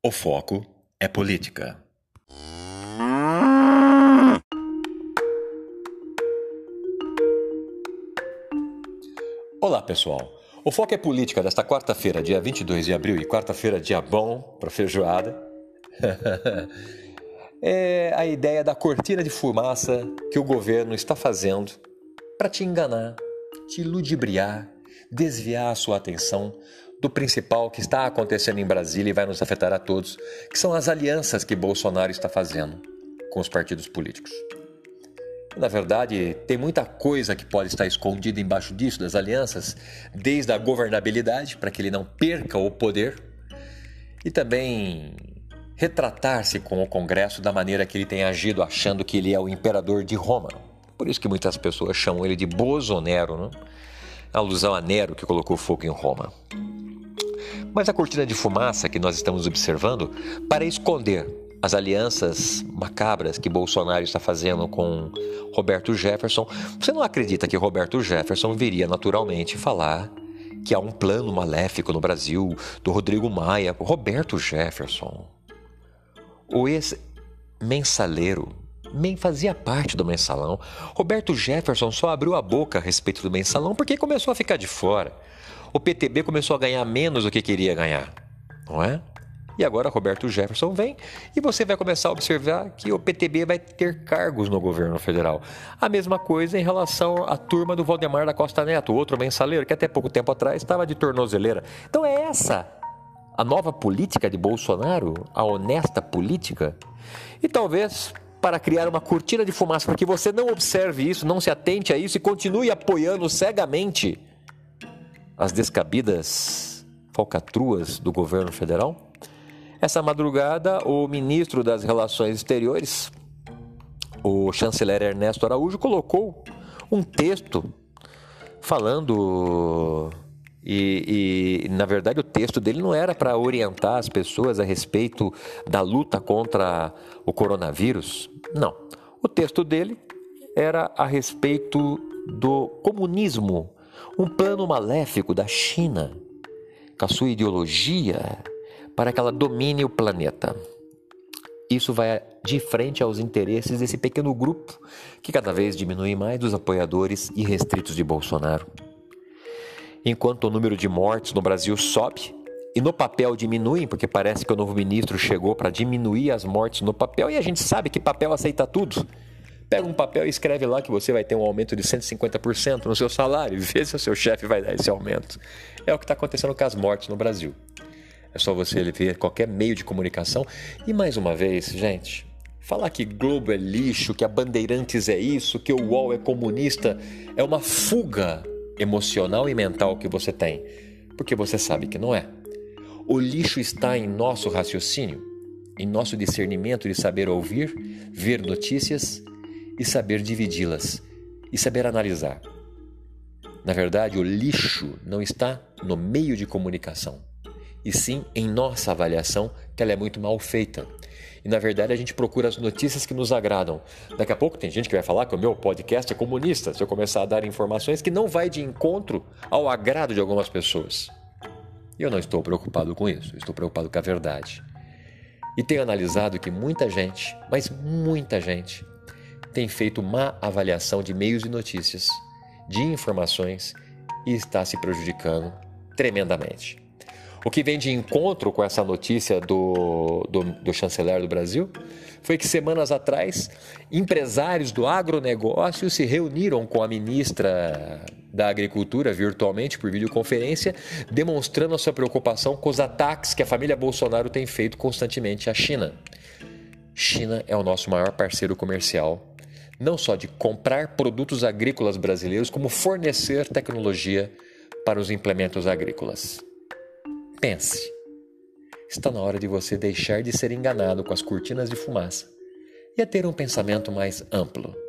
O foco é política. Olá, pessoal. O foco é política desta quarta-feira, dia 22 de abril, e quarta-feira, dia bom para feijoada. É a ideia da cortina de fumaça que o governo está fazendo para te enganar, te ludibriar, desviar a sua atenção do principal que está acontecendo em Brasília e vai nos afetar a todos, que são as alianças que Bolsonaro está fazendo com os partidos políticos. Na verdade, tem muita coisa que pode estar escondida embaixo disso, das alianças, desde a governabilidade, para que ele não perca o poder, e também retratar-se com o Congresso da maneira que ele tem agido, achando que ele é o imperador de Roma. Por isso que muitas pessoas chamam ele de Bolsonaro, né? Alusão a Nero, que colocou fogo em Roma. Mas a cortina de fumaça que nós estamos observando para esconder as alianças macabras que Bolsonaro está fazendo com Roberto Jefferson, você não acredita que Roberto Jefferson viria naturalmente falar que há um plano maléfico no Brasil do Rodrigo Maia? Roberto Jefferson, o ex-mensaleiro, fazia parte do mensalão. Roberto Jefferson só abriu a boca a respeito do mensalão porque começou a ficar de fora. O PTB começou a ganhar menos do que queria ganhar, não é? E agora Roberto Jefferson vem e você vai começar a observar que o PTB vai ter cargos no governo federal. A mesma coisa em relação à turma do Valdemar da Costa Neto, outro mensaleiro que até pouco tempo atrás estava de tornozeleira. Então é essa a nova política de Bolsonaro, a honesta política? E talvez para criar uma cortina de fumaça, para que você não observe isso, não se atente a isso e continue apoiando cegamente as descabidas falcatruas do governo federal. Essa madrugada, o ministro das Relações Exteriores, o chanceler Ernesto Araújo, colocou um texto falando... na verdade, o texto dele não era para orientar as pessoas a respeito da luta contra o coronavírus. Não. O texto dele era a respeito do comunismo, um plano maléfico da China, com a sua ideologia, para que ela domine o planeta. Isso vai de frente aos interesses desse pequeno grupo, que cada vez diminui mais dos apoiadores irrestritos de Bolsonaro. Enquanto o número de mortes no Brasil sobe, e no papel diminui, porque parece que o novo ministro chegou para diminuir as mortes no papel, e a gente sabe que papel aceita tudo. Pega um papel e escreve lá que você vai ter um aumento de 150% no seu salário, e vê se o seu chefe vai dar esse aumento. É o que está acontecendo com as mortes no Brasil. É só você ver qualquer meio de comunicação. E mais uma vez, gente, falar que Globo é lixo, que a Bandeirantes é isso, que o UOL é comunista, é uma fuga emocional e mental que você tem, porque você sabe que não é. O lixo está em nosso raciocínio, em nosso discernimento de saber ouvir, ver notícias e saber dividi-las e saber analisar. Na verdade, o lixo não está no meio de comunicação, e sim em nossa avaliação, que ela é muito mal feita. E na verdade a gente procura as notícias que nos agradam. Daqui a pouco tem gente que vai falar que o meu podcast é comunista, se eu começar a dar informações que não vai de encontro ao agrado de algumas pessoas. E eu não estou preocupado com isso, eu estou preocupado com a verdade. E tenho analisado que muita gente, mas muita gente, tem feito má avaliação de meios de notícias, de informações, e está se prejudicando tremendamente. O que vem de encontro com essa notícia do chanceler do Brasil foi que semanas atrás empresários do agronegócio se reuniram com a ministra da Agricultura virtualmente por videoconferência, demonstrando a sua preocupação com os ataques que a família Bolsonaro tem feito constantemente à China. China é o nosso maior parceiro comercial, não só de comprar produtos agrícolas brasileiros, como fornecer tecnologia para os implementos agrícolas. Pense, está na hora de você deixar de ser enganado com as cortinas de fumaça e a ter um pensamento mais amplo.